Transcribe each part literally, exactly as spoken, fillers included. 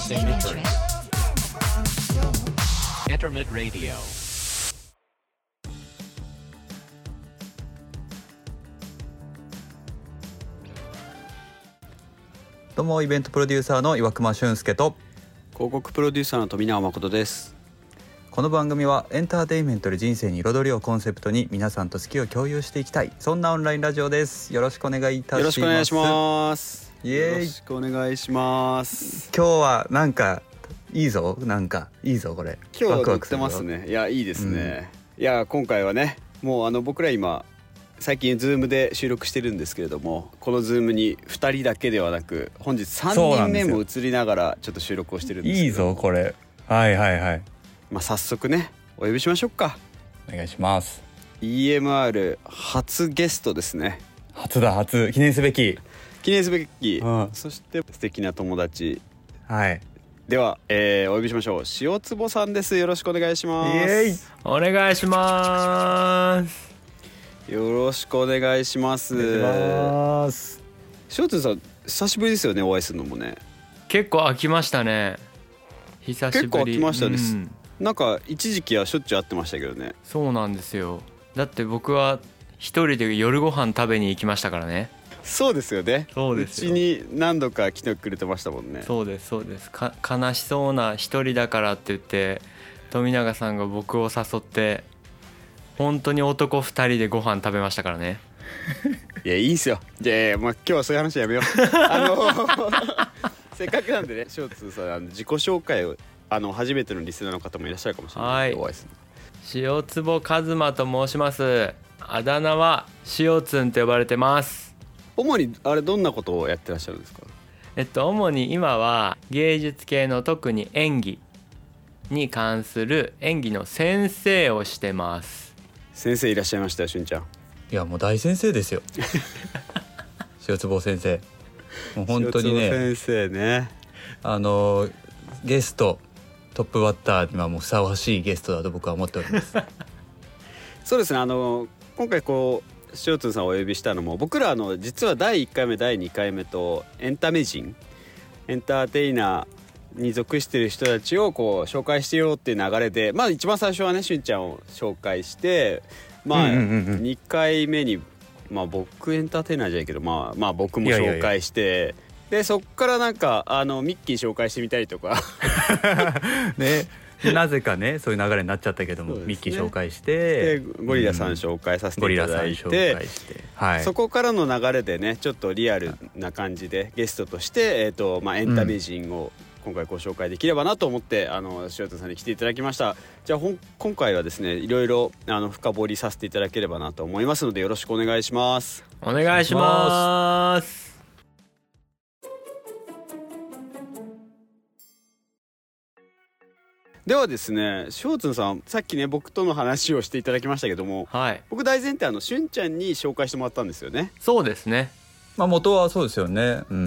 Same interest. Internet Radio. どうもイベントプロデューサーの岩隈俊介と広告プロデューサーの富永誠です。 この番組はエンターテインメントで人生に彩りをコンセプトに皆さんと好きを共有していきたい、そんなオンラインラジオです。よろしくお願いいたします。 よろしくお願いします。 イエーイ。 よろしくお願いします。 今日はなんかいいぞ、なんかいいぞこれ。 今日は乗ってますね。いやいいですね、うん、いや今回はねもうあの僕ら今最近ズームで収録してるんですけれども、このズームにふたりだけではなく本日さんにんめも映りながらちょっと収録をしてるんですけど、 いいぞこれ。はいはいはい。 まあ早速ねお呼びしましょうか。 お願いします。 イーエムアール 初ゲストですね。 初だ、初、記念すべき記念すべき、 うん、 そして素敵な友達。 はいでは、えー、お呼びしましょう。塩坪さんです。よろしくお願いします。 イエーイ。 お願いします。 よろしくお願いします。 お願いします。 塩坪さん久しぶりですよね、お会いするのもね。 結構飽きましたね。久しぶり。 結構飽きましたです、 うん、 なんか一時期はしょっちゅう会ってましたけどね。 そうなんですよ。だって僕は一人で夜ご飯食べに行きましたからね。 そうですよね。 そうですよ。 うちに何度か来てくれてましたもんね。 そうですそうです。か悲しそうな一人だからって言って富永さんが僕を誘って本当に男二人でご飯食べましたからね。 いやいいんすよ。じゃあ、まあ、今日はそういう話やめようあのせっかくなんでね、塩津さんあの自己紹介をあの初めてのリスナーの方もいらっしゃるかもしれないので、お会いする。 塩坪一馬と申します。あだ名は塩つんと呼ばれてます。 主にあれどんなことをやってらっしゃるんですか？ えっと主に今は芸術系の特に演技に関する演技の先生をしてます。 先生いらっしゃいましたよ、しゅんちゃん。 いやもう大先生ですよ塩坪先生、もう本当にね、 塩坪先生ね、 あのゲストトップバッターにはもうふさわしいゲストだと僕は思っておりますそうですね、あの今回こう塩津さんをお呼びしたのも、僕らあの実はだいいっかいめだいにかいめとエンタメ人エンターテイナーに属している人たちをこう紹介してよっていう流れで、まあ一番最初はねしゅんちゃんを紹介して、まあにかいめにまあ僕エンターテイナーじゃないけど、まあまあ僕も紹介して、いやいやいや、でそっからなんかあのミッキー紹介してみたりとかね、なぜかねそういう流れになっちゃったけども、ね、ミッキー紹介してゴリラさん紹介させていただいて、うん、ゴリラさん紹介して、はい、そこからの流れでねちょっとリアルな感じでゲストとして、えーとまあ、エンタメ人を今回ご紹介できればなと思って、うん、あの塩田さんに来ていただきました。じゃあ今回はですねいろいろあの深掘りさせていただければなと思いますのでよろしくお願いします。 お願いします。 ではですね、塩津さんさっきね僕との話をしていただきましたけども、 はい、 僕大前提あのしゅんちゃんに紹介してもらったんですよね。 そうですね、 まあ元はそうですよね。うんうんうん。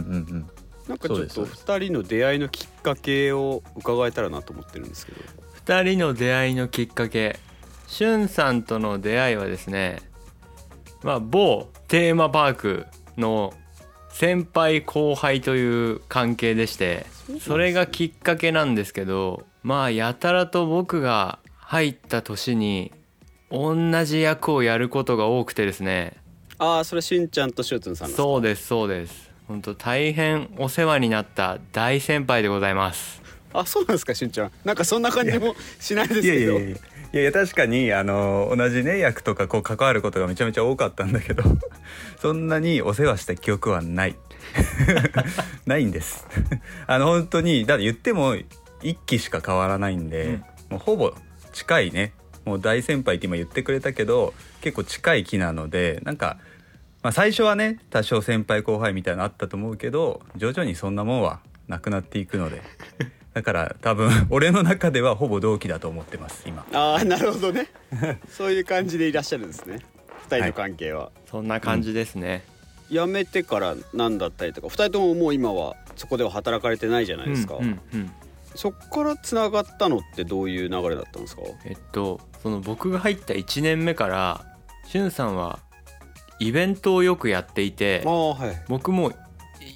なんかちょっとふたりの出会いのきっかけを伺えたらなと思ってるんですけど。 ふたりの出会いのきっかけ、しゅんさんとの出会いはですね、まあ某テーマパークの先輩後輩という関係でして、それがきっかけなんですけど、まあやたらと僕が入った年に同じ役をやることが多くてですね。 ああ、それしゅんちゃんとしゅうつんさんですか？ そうですそうです。本当大変お世話になった大先輩でございます。 あ、そうなんですか。しゅんちゃんなんかそんな感じもしないですけど。いやいやいやいやいや確かにあの同じね役とかこう関わることがめちゃめちゃ多かったんだけどそんなにお世話した記憶はないないんですあの本当にだって言ってもいっきしか変わらないんで、うん、もうほぼ近いね、もう大先輩って今言ってくれたけど結構近い木なので、なんか、まあ、最初はね多少先輩後輩みたいなのあったと思うけど徐々にそんなもんはなくなっていくのでだから多分俺の中ではほぼ同期だと思ってます今。 ああ、なるほどねそういう感じでいらっしゃるんですね、ふたりの関係は、はい、 そんな感じですね、 うん、辞めてから何だったりとか、ふたりとももう今はそこでは働かれてないじゃないですか、 うんうんうん、 そっからつながったのってどういう流れだったんですか？ えっとその僕が入ったいちねんめからしゅんさんはイベントをよくやっていて、 あ、はい、 僕も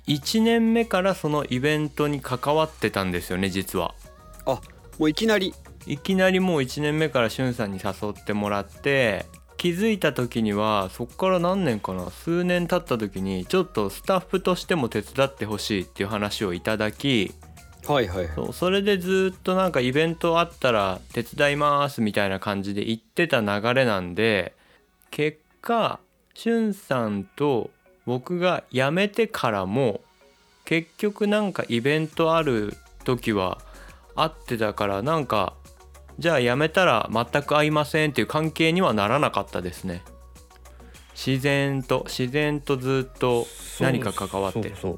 いちねんめからそのイベントに関わってたんですよね実は。 あ、もういきなりいきなりもういちねんめからしゅんさんに誘ってもらって、気づいた時にはそっから何年かな、数年経った時にちょっとスタッフとしても手伝ってほしいっていう話をいただき、 はいはいそうそれでずっとなんかイベントあったら手伝いますみたいな感じで言ってた流れなんで、結果しゅんさんと僕が辞めてからも結局なんかイベントある時は会ってたから、なんかじゃあ辞めたら全く会いませんっていう関係にはならなかったですね。自然と自然とずっと何か関わってる。 そうそうそう、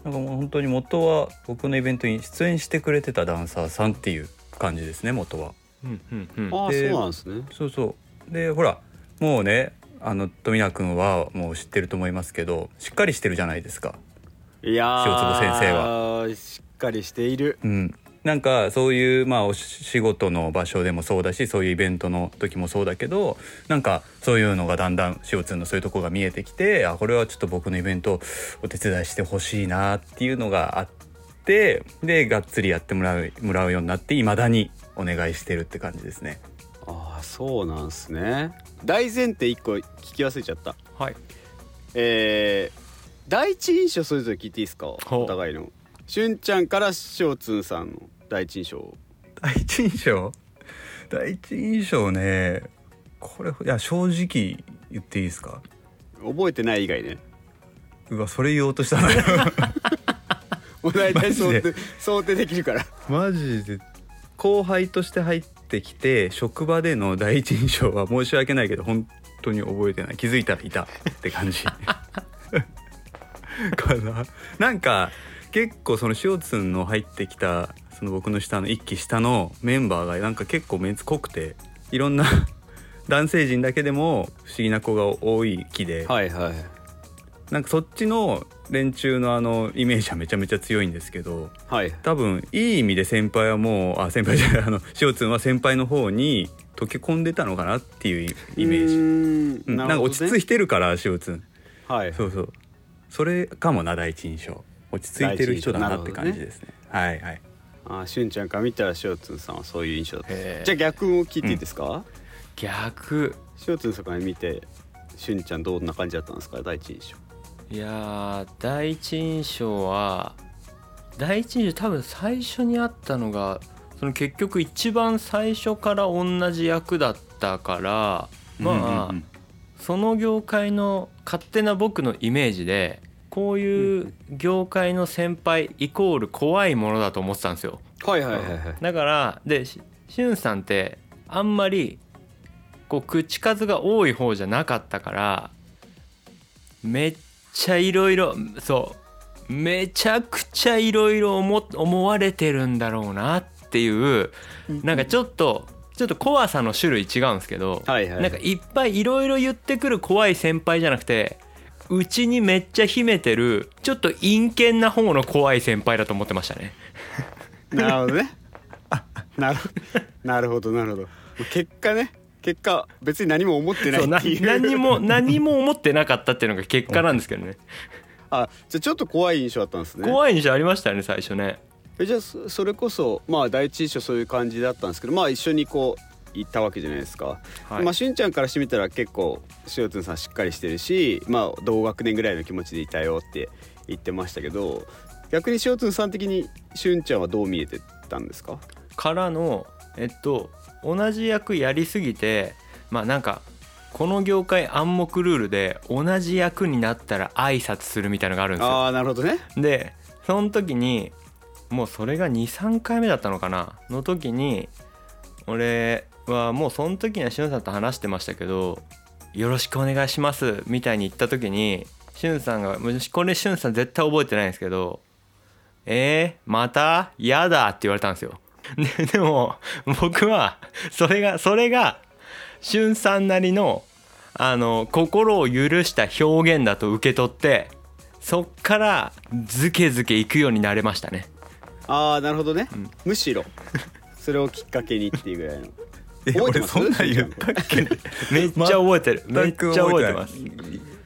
なんかもう本当に元は僕のイベントに出演してくれてたダンサーさんっていう感じですね、元は。 うんうんうん、 ああ、 でそうなんですね。 そうそうで、ほらもうね、あの富永君はもう知ってると思いますけど、しっかりしてるじゃないですか。 いやー、 塩坪先生はしっかりしている。 うん、なんかそういうまあお仕事の場所でもそうだし、そういうイベントの時もそうだけど、なんかそういうのがだんだん塩津のそういうとこが見えてきて、あ、これはちょっと僕のイベントお手伝いしてほしいなっていうのがあって、でがっつりやってもらうもらうようになって、未だにお願いしてるって感じですね。 ああ、そうなんですね。大前提いっこ聞き忘れちゃった。 はい。 えー、第一印象それぞれ聞いていいですか、お互いの。しゅんちゃんからしょうつんさんの第一印象。 第一印象第一印象ね、これいや正直言っていいですか。 覚えてない以外ね。 うわ、それ言おうとしたのよもう大体想マジ定想定できるから。 マジで後輩として入ってきて職場での第一印象は申し訳ないけど本当に覚えてない。気づいたらいたって感じかな。なんか結構その塩津の入ってきたその僕の下の一期下のメンバーがなんか結構メンツ濃くて、いろんな男性陣だけでも不思議な子が多い期で、 はいはい。 なんかそっちの連中のあのイメージはめちゃめちゃ強いんですけど、 はい。 多分いい意味で先輩はもうあ先輩じゃないあの塩津は先輩の方に溶け込んでたのかなっていうイメージ。 うーん、 うん、なんかなるほどね。 落ち着いてるから塩津、 はい。 そうそう、それかもな第一印象。落ち着いてる人だなって感じですね。はいはい。 あ、しゅんちゃんから見たらしょうつんさんはそういう印象だった。 へーじゃあ逆を聞いていいですか。 逆。 しょうつんさんから見てしゅんちゃんどんな感じだったんですか、第一印象。 いやー、第一印象は第一印象多分最初にあったのが、その結局一番最初から同じ役だったから、まあ、 うんうんうん、 その業界の勝手な僕のイメージで、こういう業界の先輩イコール怖いものだと思ってたんですよ。 はいはいはいはい。 だからでししゅんさんってあんまりこう口数が多い方じゃなかったから、めっちゃいろいろ、そうめちゃくちゃいろいろ思われてるんだろうなっていう、なんかちょっとちょっと怖さの種類違うんですけど、 はいはい、 なんかいっぱいいろいろ言ってくる怖い先輩じゃなくて、うちにめっちゃ秘めてるちょっと陰険な方の怖い先輩だと思ってましたね。 なるほどね。なるなるほどなるほど。結果ね、結果別に何も思ってないっていう。 そうな何も何も思ってなかったっていうのが結果なんですけどね。 あ、じゃあちょっと怖い印象あったんですね。 怖い印象ありましたね最初ね。 え、じゃあそれこそまあ第一印象そういう感じだったんですけど、まあ一緒にこう行ったわけじゃないですか。はい、まあしゅんちゃんからしてみたら結構しおつんさんしっかりしてるし、まあ同学年ぐらいの気持ちでいたよって言ってましたけど、逆にしおつんさん的にしゅんちゃんはどう見えてたんですか？ からのえっと同じ役やりすぎて、まあなんかこの業界暗黙ルールで同じ役になったら挨拶するみたいなのがあるんですよ。 ああ、なるほどね。 でその時にもうそれが にさんかいめだったのかなの時に、俺はもうその時にはしゅんさんと話してましたけど、よろしくお願いしますみたいに言った時にしゅんさんが、これしゅんさん絶対覚えてないんですけど、えー、またやだって言われたんですよ。で, でも僕はそれがそれがしゅんさんなりのあの心を許した表現だと受け取って、そっからズケズケいくようになれましたね。 ああ、なるほどね、うん、むしろそれをきっかけにっていうぐらいのえ、俺そんなん言ったっけ？ めっちゃ覚えてる、めっちゃ覚えてます。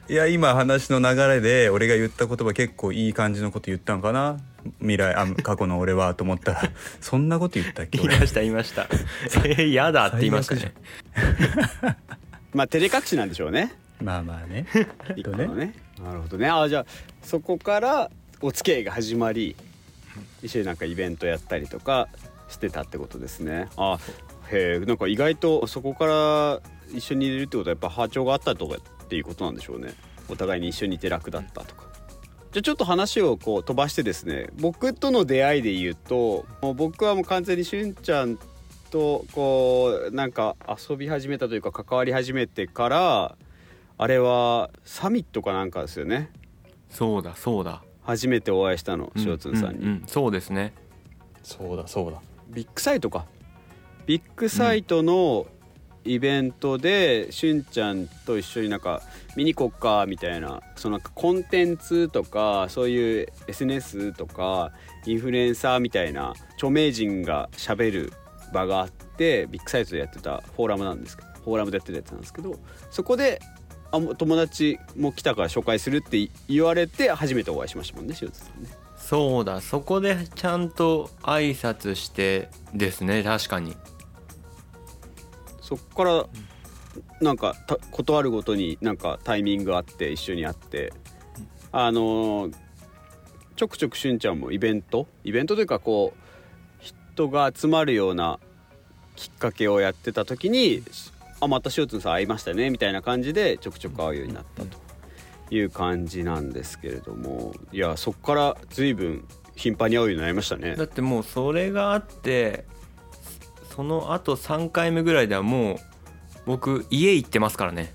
いや今話の流れで俺が言った言葉結構いい感じのこと言ったんかな、未来あ過去の俺はと思ったらそんなこと言ったっけ俺。 言いました言いましたえー、やだって言いましたね。 まあ照れ隠しなんでしょうね。 まあまあね一個のね。なるほどね。あ、じゃあそこからお付き合いが始まり、一緒になんかイベントやったりとかしてたってことですね。あ、へえ、なんか意外とそこから一緒にいれるってことはやっぱ波長があったとかっていうことなんでしょうね。お互いに一緒にいて楽だったとか。じゃあちょっと話をこう飛ばしてですね、僕との出会いで言うと、もう僕はもう完全にしゅんちゃんとこうなんか遊び始めたというか関わり始めてから、あれはサミットかなんかですよね。 そうだそうだ、 初めてお会いしたの、しおつんさんに、 うんうんうん、そうですね。 そうだそうだビッグサイトかビッグサイトのイベントで、しゅんちゃんと一緒になんか見に行こっかみたいな、そのなんかコンテンツとかそういう エスエヌエス とかインフルエンサーみたいな著名人がしゃべる場があって、ビッグサイトでやってたフォーラムなんですけど、フォーラムでやってたやつなんですけど、そこであ友達も来たから紹介するって言われて初めてお会いしましたもんね、しおつさんね。 そうだ、そこでちゃんと挨拶してですね。確かにそっからなんかことあるごとになんかタイミングがあって一緒に会って、あのー、ちょくちょくしゅんちゃんもイベントイベントというかこう人が集まるようなきっかけをやってた時に、あまたしおつんさん会いましたねみたいな感じでちょくちょく会うようになったという感じなんですけれども、いやそっから随分頻繁に会うようになりましたね。 だってもうそれがあって、その後さんかいめぐらいではもう僕家行ってますからね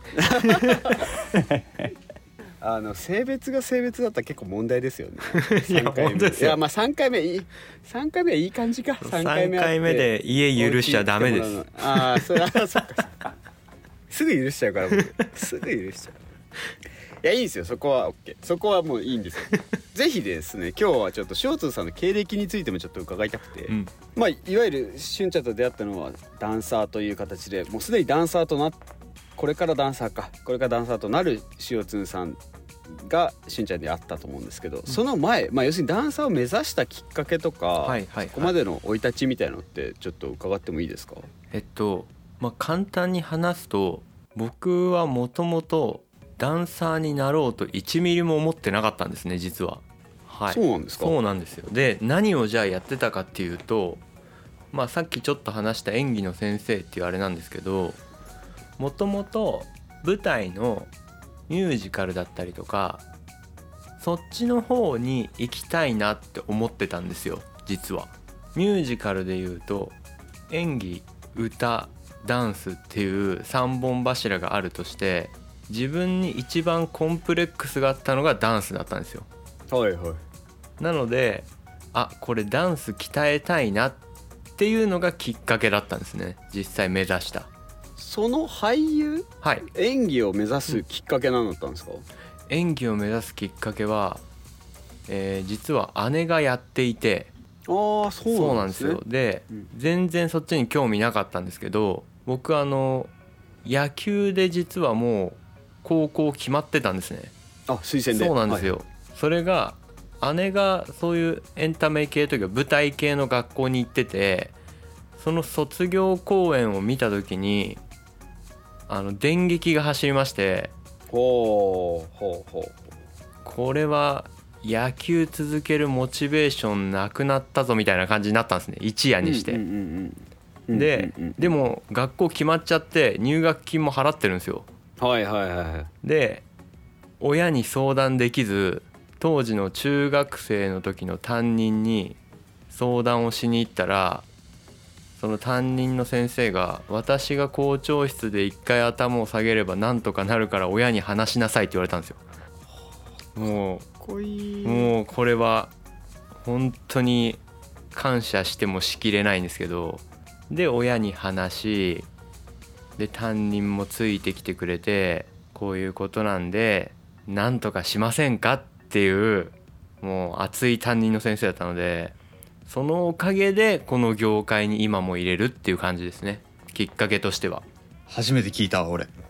あの性別が性別だったら結構問題ですよねいや本当ですよ。 いやまあさんかいめいいさんかいめはいい感じか。さんかいめさんかいめで家許しちゃダメです。 ああそれはそっかすぐ許しちゃうから僕すぐ許しちゃう。いやいいんですよ、そこは OK、 そこはもういいんですよぜひですね今日はちょっとしおつんさんの経歴についてもちょっと伺いたくて、うん、まあいわゆるしゅんちゃんと出会ったのはダンサーという形で、もうすでにダンサーとなこれからダンサーかこれからダンサーとなるしおつんさんがしゅんちゃんであったと思うんですけど、うん、その前、まあ、要するにダンサーを目指したきっかけとか、はいはいはい、そこまでの生い立ちみたいなのってちょっと伺ってもいいですか？ えっとまあ簡単に話すと、僕はもともとダンサーになろうといちミリも思ってなかったんですね、実は。はい、 そうなんですか？ そうなんですよ。で何をじゃあやってたかっていうと、まあさっきちょっと話した演技の先生っていうあれなんですけど、もともと舞台のミュージカルだったりとかそっちの方に行きたいなって思ってたんですよ、実は。ミュージカルでいうと演技、歌、ダンスっていうさんぼん柱があるとして、自分に一番コンプレックスがあったのがダンスだったんですよ。 はいはい。 なので、あ、これダンス鍛えたいなっていうのがきっかけだったんですね、実際目指した。 その俳優、はい、演技を目指すきっかけ何だったんですか？うん、 演技を目指すきっかけは、えー、実は姉がやっていて。 ああ、そうなんですね。 そうなんですよ。で、うん、全然そっちに興味なかったんですけど、僕あの野球で実はもう高校決まってたんですね。 あ、推薦で。 そうなんですよ。はい、それが姉がそういうエンタメ系というか舞台系の学校に行ってて、その卒業公演を見た時にあの電撃が走りまして、 ほうほうほう、 これは野球続けるモチベーションなくなったぞみたいな感じになったんですね、一夜にして。で、でも学校決まっちゃって入学金も払ってるんですよ。 はいはいはい。 で、親に相談できず、当時の中学生の時の担任に相談をしに行ったら、その担任の先生が、私が校長室で一回頭を下げればなんとかなるから親に話しなさいって言われたんですよ。もうもうこれは本当に感謝してもしきれないんですけど、で親に話し、で担任もついてきてくれて、こういうことなんでなんとかしませんかっていう、もう熱い担任の先生だったので、そのおかげでこの業界に今も入れるっていう感じですね、きっかけとしては。 初めて聞いたわ俺。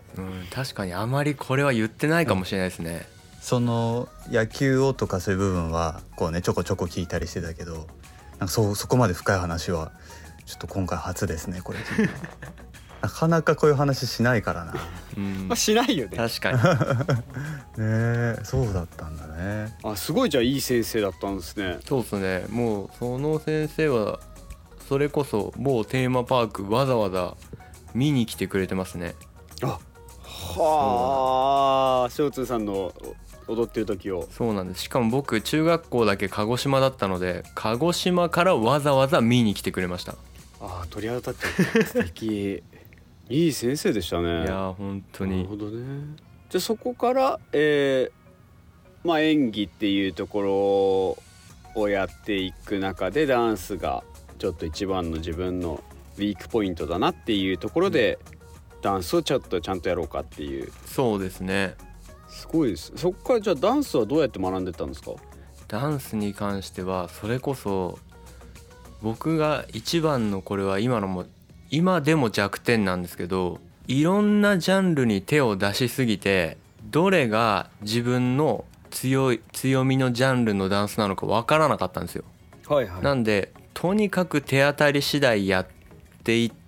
うん、確かにあまりこれは言ってないかもしれないですね、 その野球をとかそういう部分はこうねちょこちょこ聞いたりしてたけど、なんかそそこまで深い話はちょっと今回初ですねこれなかなかこういう話しないからなうん、 まあ、しないよね。 確かにねえ、そうだったんだね。 あ、すごいじゃあいい先生だったんですね。 そうですね。もうその先生はそれこそ某テーマパークわざわざ見に来てくれてますね。 あ、はあ、翔通さんの踊ってる時を。 そうなんです。しかも僕中学校だけ鹿児島だったので、鹿児島からわざわざ見に来てくれました。 ああ、鳥肌立っちゃった。素敵。いい先生でしたね。 いや本当に。 なるほどね。じゃあそこから、えー、まあ演技っていうところをやっていく中でダンスがちょっと一番の自分のウィークポイントだなっていうところで、うん、ダンスをちょっとちゃんとやろうかっていう。 そうですね。 すごいです。そこからじゃあダンスはどうやって学んでたんですか？ ダンスに関してはそれこそ僕が一番のこれは今のも今でも弱点なんですけど、いろんなジャンルに手を出しすぎてどれが自分の強い強みのジャンルのダンスなのか分からなかったんですよ。 はいはい。 なんでとにかく手当たり次第やっていって、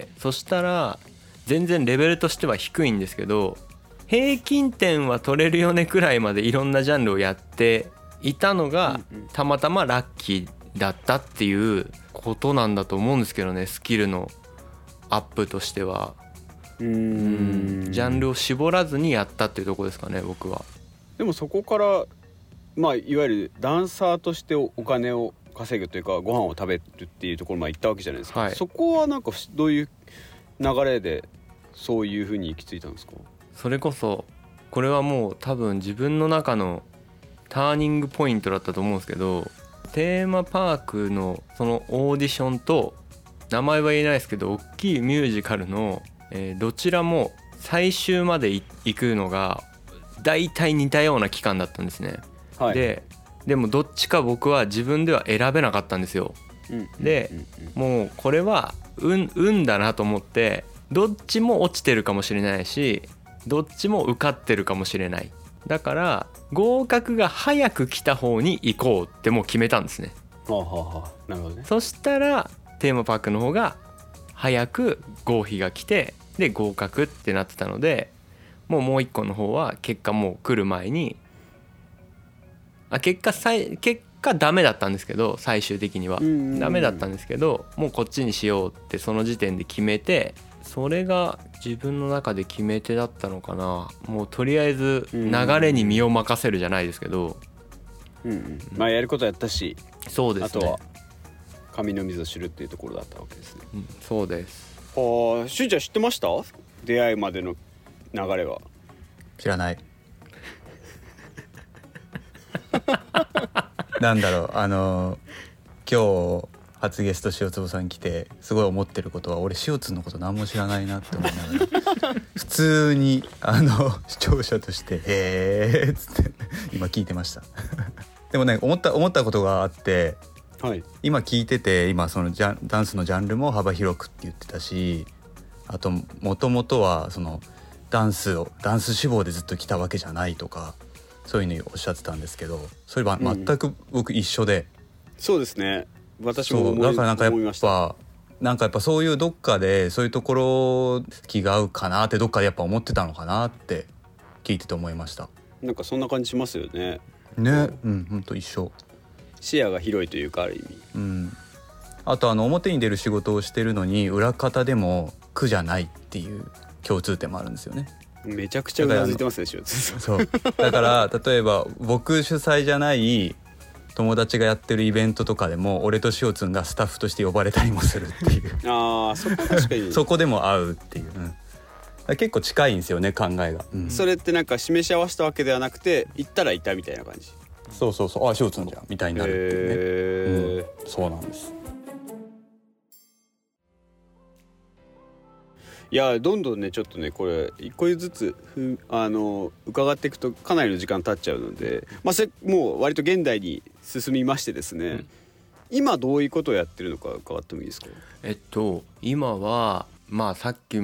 そしたら全然レベルとしては低いんですけど平均点は取れるよねくらいまでいろんなジャンルをやっていたのがたまたまラッキーだったっていうことなんだと思うんですけどね。スキルのアップとしてはうーん、 ジャンルを絞らずにやったっていうところですかね、僕は。 でもそこからまあいわゆるダンサーとしてお金を稼ぐというかご飯を食べるっていうところまで行ったわけじゃないですか、 はい、 そこはなんかどういう流れでそういう風に行き着いたんですか？ それこそこれはもう多分自分の中のターニングポイントだったと思うんですけど、テーマパークのそのオーディションと名前は言えないですけど大きいミュージカルの、えー、どちらも最終まで行くのが大体似たような期間だったんですね、はい、ででもどっちか僕は自分では選べなかったんですよ、うん、で、うん、もうこれは運、運だなと思ってどっちも落ちてるかもしれないしどっちも受かってるかもしれない。だから合格が早く来た方に行こうってもう決めたんですね。 はあはあ、なるほどね。 そしたらテーマパークの方が早く合否が来てで合格ってなってたので、もうもう一個の方は結果もう来る前にあ結果さい結果ダメだったんですけど最終的にはダメだったんですけどもうこっちにしようってその時点で決めて、それが自分の中で決め手だったのかな。もうとりあえず流れに身を任せるじゃないですけど、 うんうん、まあやることやったし、 そうですね、 あとは神の水を知るっていうところだったわけですね、 うん、そうです。 ああ、しゅんちゃん知ってました？出会いまでの流れは。 知らないなんだろう、あの今日初ゲスト塩坪さん来てすごい思ってることは、俺塩津のこと何も知らないなって思いながら普通にあの視聴者としてへーっつって今聞いてましたでもね思った思ったことがあって、はい、今聞いてて今そのジャンダンスのジャンルも幅広くって言ってたし、あともともとはそのダンスをダンス志望でずっと来たわけじゃないとかそういうのおっしゃってたんですけど、それは全く僕一緒で、うん、 そうですね、私も思い、 そうだからなんかやっぱなんかやっぱそういうどっかでそういうところ気が合うかなってどっかでやっぱ思ってたのかなって聞いてて思いました。 なんかそんな感じしますよね。 ね、うん、ほんと一緒。 視野が広いというかある意味、 うん、あとあの表に出る仕事をしてるのに裏方でも苦じゃないっていう共通点もあるんですよね。 めちゃくちゃうなずいてますね。 そうだから例えば僕主催じゃない友達がやってるイベントとかでも俺と塩津がスタッフとして呼ばれたりもするっていうあー、そこ確かにそこでも会うっていう、うん、結構近いんですよね考えが、うん、 それってなんか示し合わせたわけではなくて行ったらいたみたいな感じ。 そうそうそう、あ、塩津じゃんみたいになるっていうね、うん、そうなんです。 いやどんどんねちょっとねこれ一個ずつふあの伺っていくとかなりの時間経っちゃうので、まあ、せもう割と現代に進みましてですね、うん、今どういうことをやってるのか伺ってもいいですか？ えっと今はまあさっきも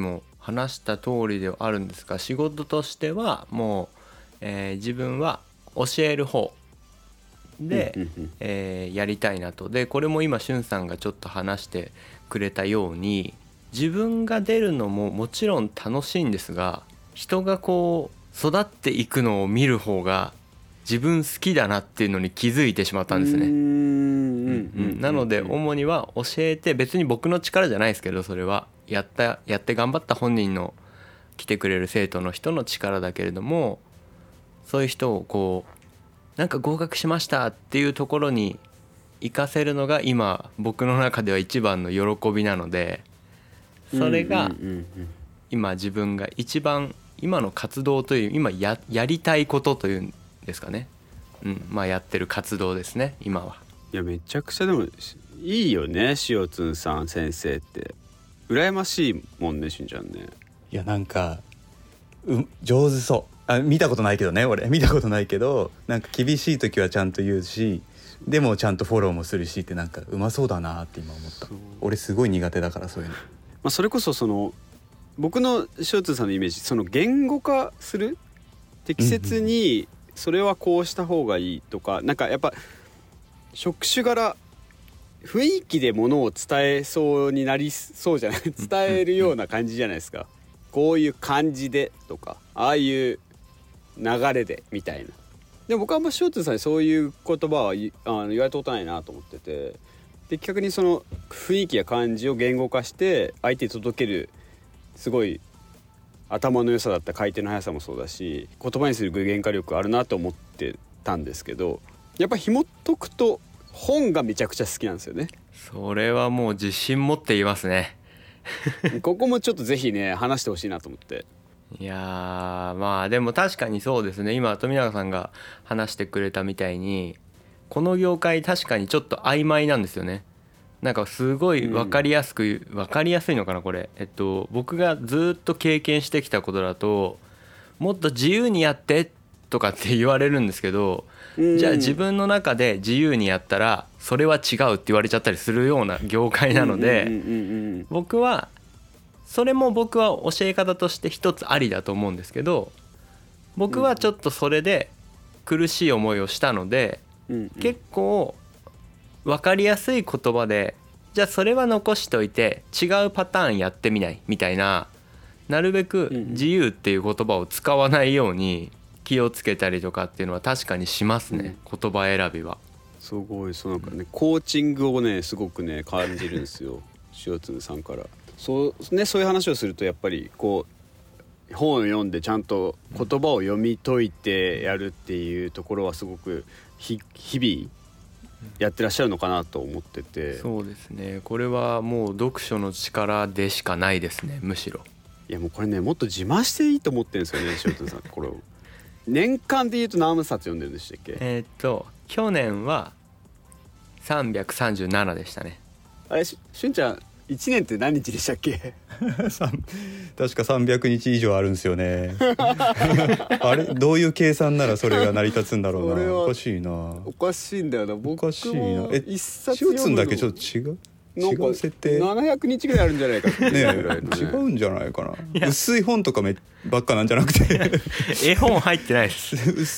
話した通りではあるんですが、仕事としてはもう、えー自分は教える方で、 うんうんうんえーやりたいなと。でこれも今しゅんさんがちょっと話してくれたように、自分が出るのももちろん楽しいんですが、人がこう育っていくのを見る方が自分好きだなっていうのに気づいてしまったんですね。 うーんうんうんなのでうん主には教えて、別に僕の力じゃないですけど、それはやったやって頑張った本人の来てくれる生徒の人の力だけれども、そういう人をこうなんか合格しましたっていうところに行かせるのが今僕の中では一番の喜びなので、それがうんうんうん今自分が一番今の活動という、今 や, やりたいことというんですかね、うんまあやってる活動ですね今は。 いやめちゃくちゃでもいいよね、しおつんさん先生って羨ましいもんね、しゅんちゃんね。 いやなんかう上手そう。あ見たことないけどね、俺見たことないけど、なんか厳しい時はちゃんと言うし、でもちゃんとフォローもするしって、なんかうまそうだなって今思った。俺すごい苦手だからそういうの。 まあ、それこそその僕のしおつんさんのイメージ、その言語化する、適切にそれはこうした方がいいとか、なんかやっぱ職種柄雰囲気でものを伝えそうになりそうじゃない伝えるような感じじゃないですか。こういう感じでとか、ああいう流れでみたいな。でも僕はあんましおつんさんにそういう言葉は言あの言われたことないなと思ってて、で逆にその雰囲気や感じを言語化して相手に届ける、すごい頭の良さだった回転の速さもそうだし、言葉にする具現化力あるなと思ってたんですけど、やっぱ紐解くと本がめちゃくちゃ好きなんですよね。 それはもう自信持って言いますね。 ここもちょっとぜひね話してほしいなと思って。 いやーまあでも確かにそうですね。今富永さんが話してくれたみたいに、この業界確かにちょっと曖昧なんですよね。なんかすごい分かりやすく、分かりやすいのかなこれ、えっと僕がずっと経験してきたことだと、もっと自由にやってとかって言われるんですけど、じゃあ自分の中で自由にやったらそれは違うって言われちゃったりするような業界なので、僕はそれも僕は教え方として一つありだと思うんですけど、僕はちょっとそれで苦しい思いをしたので、結構分かりやすい言葉で、じゃあそれは残しといて違うパターンやってみないみたいな、なるべく自由っていう言葉を使わないように気をつけたりとかっていうのは確かにしますね、うん、言葉選びは。 すごいそうなんかね、コーチングをねすごくね感じるんですよ塩津さんから。そうね、そういう話をするとやっぱりこう本を読んでちゃんと言葉を読み解いてやるっていうところはすごくひ日々やってらっしゃるのかなと思ってて。 そうですね、これはもう読書の力でしかないですね、むしろ。 いやもうこれねもっと自慢していいと思ってるんですよね塩津さん。これを年間で言うと何冊読んでるんでしたっけ？ えーっと去年はさんびゃくさんじゅうななでしたね。 あれしゅんちゃんいちねんって何日でしたっけ？ 確かさんびゃくにち以上あるんですよね。あれどういう計算ならそれが成り立つんだろうな。おかしいな。 おかしいんだよな。僕もおかしいな。え一冊読むの塩津だけちょっと違う違う設定ななひゃくにちぐらいあるんじゃないかっていうぐらいの、ね、 違うんじゃないかな。薄い本とかめばっかなんじゃなくて絵本入ってないです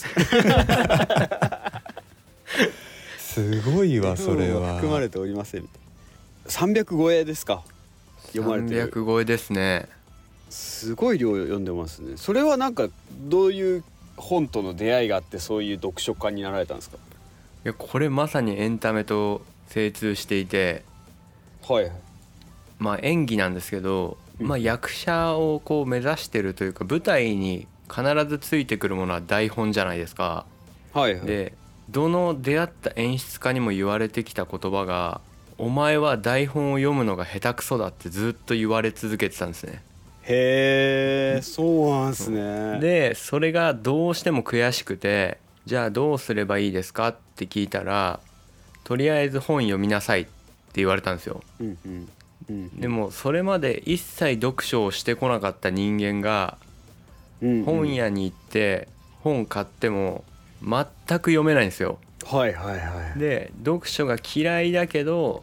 すごいわそれは。 含まれておりませんみたいな。さんびゃく超えですか？読まれてる。 さんびゃく超えですね。 すごい量読んでますね。それはなんかどういう本との出会いがあってそういう読書家になられたんですか？ いやこれまさにエンタメと精通していて、 はい、 まあ演技なんですけど、まあ、役者をこう目指してるというか、舞台に必ずついてくるものは台本じゃないですか。 はいはい、 でどの出会った演出家にも言われてきた言葉が、お前は台本を読むのが下手くそだってずっと言われ続けてたんですね。 へー、そうなんですね。 でそれがどうしても悔しくて、じゃあどうすればいいですかって聞いたら、とりあえず本読みなさいって言われたんですよ、 うんうんうん、 でもそれまで一切読書をしてこなかった人間が本屋に行って本買っても全く読めないんですよ。 はいはいはい。 で読書が嫌いだけど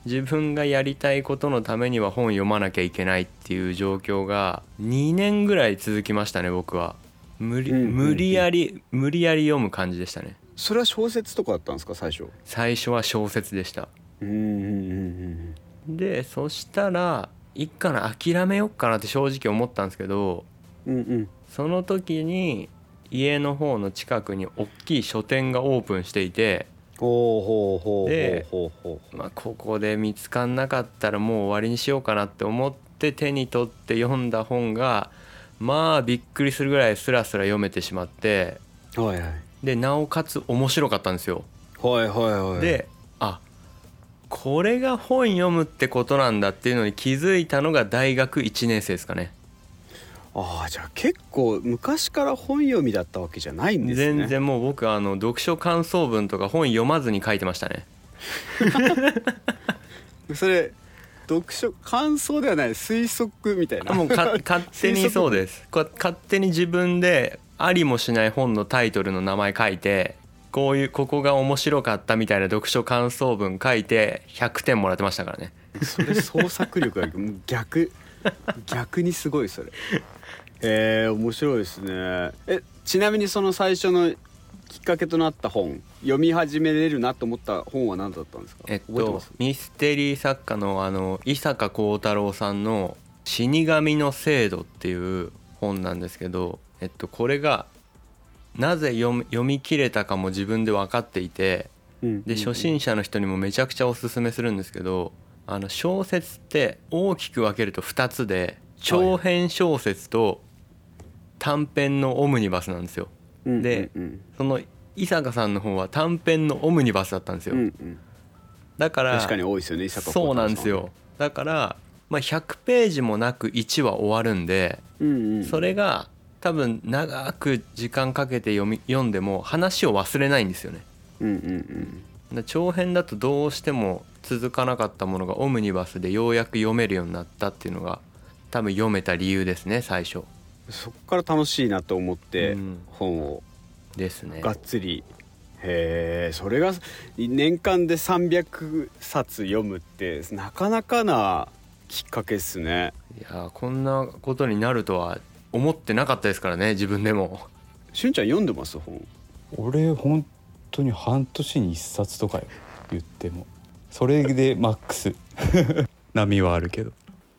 自分がやりたいことのためには本読まなきゃいけないっていう状況がにねんぐらい続きましたね。僕は無理、 うんうんうん無理やり無理やり読む感じでしたね。 それは小説とかだったんですか最初？ 最初は小説でした。 うんうんうんでそしたらいっかな諦めよっかなって正直思ったんですけど、 うんうんその時に家の方の近くに大きい書店がオープンしていて、 ほうほうほうでほうほうほまあ、ここで見つかんなかったらもう終わりにしようかなって思って手に取って読んだ本がまあびっくりするぐらいスラスラ読めてしまって、 う。はいはいでなおかつ面白かったんですよ。 はいはいはい。 であこれが本読むってことなんだっていうのに気づいたのが大学いちねん生ですかね。 ああ、じゃあ結構昔から本読みだったわけじゃないんですね。 全然もう僕あの読書感想文とか本読まずに書いてましたね。 それ読書感想ではない推測みたいな。 もうか勝手にそうです。こ勝手に自分でありもしない本のタイトルの名前書いて、こういうここが面白かったみたいな読書感想文書いてひゃくてんもらってましたからね。 それ創作力がもう逆逆にすごいそれ。えー、面白いですね。えちなみにその最初のきっかけとなった本、読み始めれるなと思った本は何だったんですか？ えっと覚えてます？ ミステリー作家のあの伊坂幸太郎さんの死神の制度っていう本なんですけど、えっとこれがなぜ読み、読み切れたかも自分で分かっていて、 うんで初心者の人にもめちゃくちゃおすすめするんですけど、あの小説って大きく分けるとふたつで、長編小説と短編のオムニバスなんですよ。 うんでうんうんその伊坂さんの方は短編のオムニバスだったんですよ。 うんうん、 だから確かに多いですよね伊坂幸太郎さん。 そうなんですよ。だから、まあ、ひゃくページもなくいちわ終わるんで、 うんうん、 それが多分長く時間かけて読み読んでも話を忘れないんですよね。 うんうんうん、 で長編だとどうしても続かなかったものがオムニバスでようやく読めるようになったっていうのが多分読めた理由ですね最初。 そっから楽しいなと思ってうん本をですね。 がっつり、へえ、それが年間でさんびゃくさつ読むってなかなかなきっかけですね。 いやこんなことになるとは思ってなかったですからね自分でも。 しゅんちゃん読んでます本？ 俺本当に半年にいっさつとかよ言っても、それでマックス波はあるけど、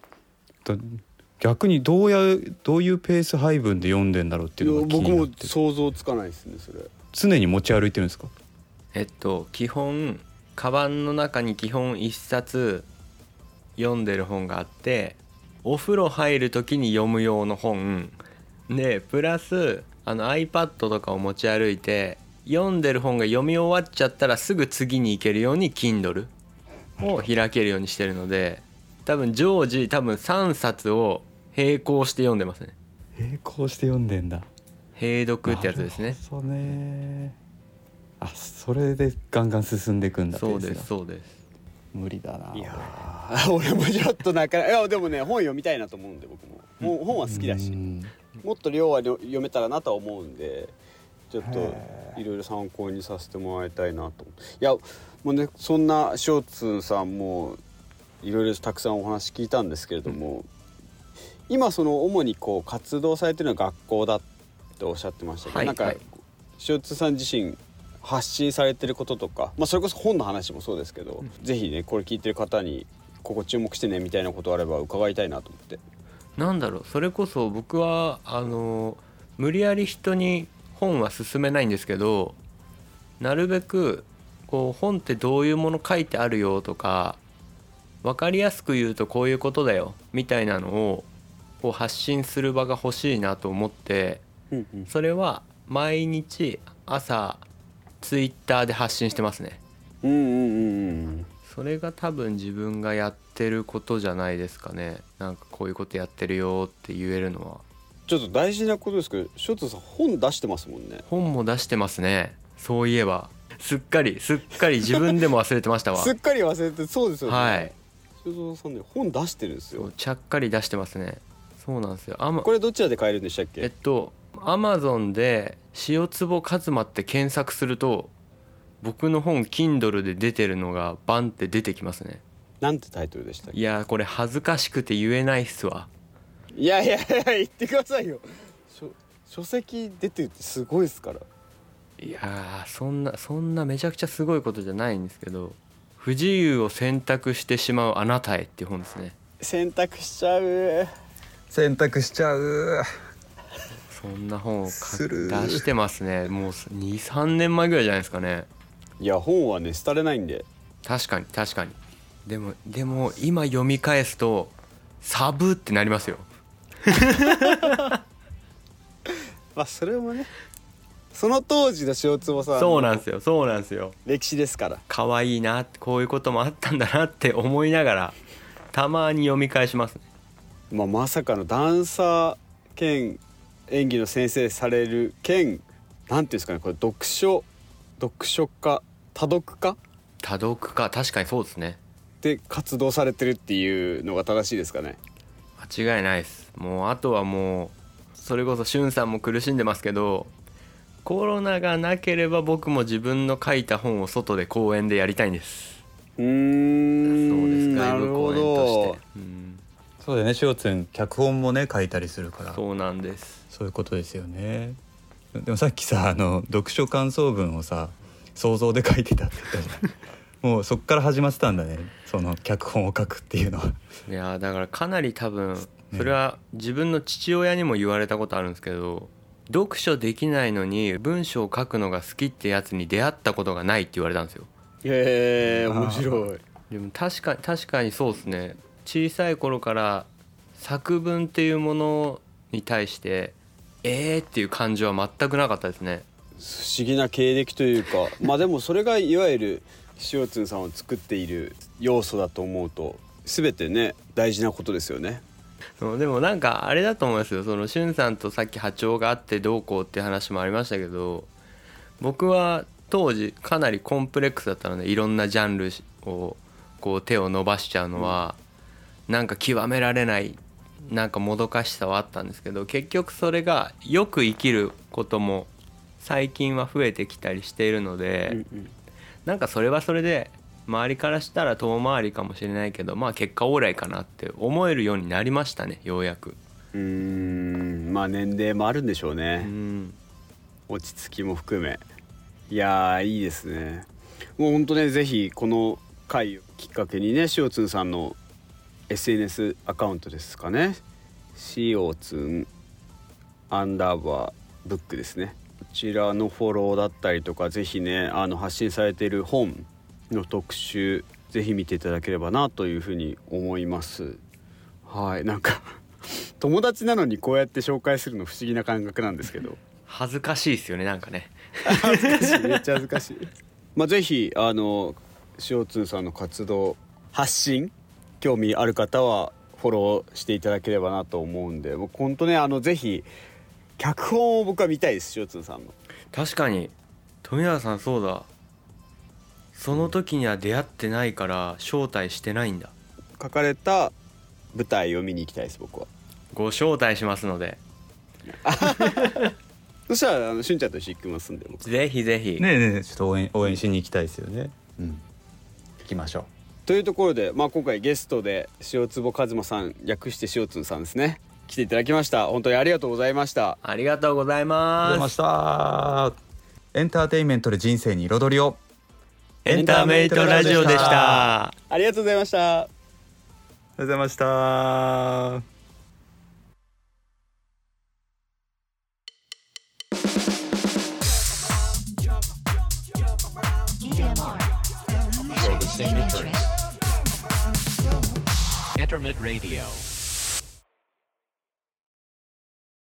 逆にどうやどういうペース配分で読んでんだろうっていうのが気になって。 僕も想像つかないですねそれ。 常に持ち歩いてるんですか？ えっと基本カバンの中に基本いっさつ読んでる本があって、お風呂入る時に読む用の本でプラスあの iPad とかを持ち歩いて、読んでる本が読み終わっちゃったらすぐ次に行けるように Kindle を開けるようにしてるので、多分常時多分さんさつを並行して読んでますね。 並行して読んでんだ。 並読ってやつですね。 そうね。あ、それでガンガン進んでいくんだ。 そうでペースがすそうです。 無理だな。 いやー俺もちょっとなかなか、いやでもね本読みたいなと思うんで僕も本本は好きだし、 うんもっと量は読めたらなとは思うんで、ちょっといろいろ参考にさせてもらいたいなと。いやもうね、そんなしょうつんさんもいろいろたくさんお話聞いたんですけれども、うん、今その主にこう活動されてるのは学校だっておっしゃってましたけど、 はい、 なんか、はい、しょうつんさん自身発信されてることとか、まあ、それこそ本の話もそうですけど、うん、ぜひねこれ聞いてる方にここ注目してねみたいなことあれば伺いたいなと思って。 なんだろう、それこそ僕はあの無理やり人に本は勧めないんですけど、なるべくこう本ってどういうもの書いてあるよとか、分かりやすく言うとこういうことだよみたいなのをこう発信する場が欲しいなと思って、 うんうん、 それは毎日朝ツイッターで発信してますね。 うんうんうんうん。 それが多分自分がやってることじゃないですかね。なんかこういうことやってるよって言えるのは。 ちょっと大事なことですけど、しょうつんさん本出してますもんね。 本も出してますね。そういえばすっかりすっかり自分でも忘れてましたわ。 すっかり忘れて、そうですよね。 はい。 しょうつんさんね本出してるんですよ。 ちゃっかり出してますね。そうなんですよ。あ、ま、 これどちらで買えるんでしたっけ？ えっと Amazon で塩坪一馬って検索すると僕の本 Kindle で出てるのがバンって出てきますね。 なんてタイトルでしたっけ？ いやこれ恥ずかしくて言えないっすわ。 いやいやいや言ってくださいよ。書, 書籍出てるってすごいですから。 いやーそんなそんなめちゃくちゃすごいことじゃないんですけど、不自由を選択してしまうあなたへっていう本ですね。 選択しちゃう選択しちゃう。 そんな本をする出してますね。もうにさんねんまえぐらいじゃないですかね。 いや本はね廃れないんで。 確かに確かに。でもでも今読み返すとサブってなりますよ。 まあそれもねその当時の塩坪さんそうなんですよそうなんですよ。 歴史ですから。 可愛いなこういうこともあったんだなって思いながらたまに読み返しますね。 まあ、まさかのダンサー兼演技の先生される兼なんていうんですかねこれ読書読書家多読家多読家確かにそうですね。 で活動されてるっていうのが正しいですかね。 間違いないです。もうあとはもうそれこそしゅんさんも苦しんでますけど、コロナがなければ僕も自分の書いた本を外で公園でやりたいんです。 うーんそうですなるほ外部公演とどして、うん、 そうだよね。しおつん脚本もね書いたりするから。 そうなんです。 そういうことですよね。でもさっきさあの読書感想文をさ想像で書いてたって言ったじゃん。もうそっから始まってたんだね、その脚本を書くっていうのは。 いやだからかなり多分それは自分の父親にも言われたことあるんですけど、読書できないのに文章を書くのが好きってやつに出会ったことがないって言われたんですよ。 へえ面白い。 でも確か確かにそうですね。小さい頃から作文っていうものに対してえーっていう感情は全くなかったですね。 不思議な経歴というかまあでもそれがいわゆる塩津さんを作っている要素だと思うと全てね大事なことですよね。 そうでもなんかあれだと思いますよ。そのしゅんさんとさっき波長があってどうこうっていう話もありましたけど、僕は当時かなりコンプレックスだったのでいろんなジャンルをこう手を伸ばしちゃうのはなんか極められないなんかもどかしさはあったんですけど、結局それがよく生きることも最近は増えてきたりしているので、 うんうんなんかそれはそれで周りからしたら遠回りかもしれないけどまあ結果オーライかなって思えるようになりましたね、ようやく。 うーんまあ年齢もあるんでしょうね。 うん落ち着きも含めいやーいいですね。もうほんとねぜひこの回をきっかけにねしおつんさんの エスエヌエス アカウントですかね、しおつんアンダーバーブックですね、こちらのフォローだったりとかぜひねあの発信されている本の特集ぜひ見ていただければなというふうに思います。はいなんか友達なのにこうやって紹介するの不思議な感覚なんですけど恥ずかしいですよねなんかね。 恥ずかしいめっちゃ恥ずかしい。まあぜひあのしおつんさんの活動発信興味ある方はフォローしていただければなと思うんで、僕本当ねあのぜひ脚本を僕は見たいです、しおつんさんの。 確かに富永さんそうだ、その時には出会ってないから招待してないんだ。 書かれた舞台を見に行きたいです僕は。 ご招待しますのでそしたらあのしゅんちゃんと一緒に行きますんで僕ぜひぜひねえねえちょっと応援応援しに行きたいですよね。うん行きましょう。 というところで、まあ、今回ゲストで塩坪和馬さん略してしおつんさんですね来ていただきました。本当にありがとうございました。 ありがとうございあります。 がとうございました。エンターテインメントで人生に彩りを。 エンターメイトラジオでした。 ありがとうございました。 ありがとうございました。 Internet Radio.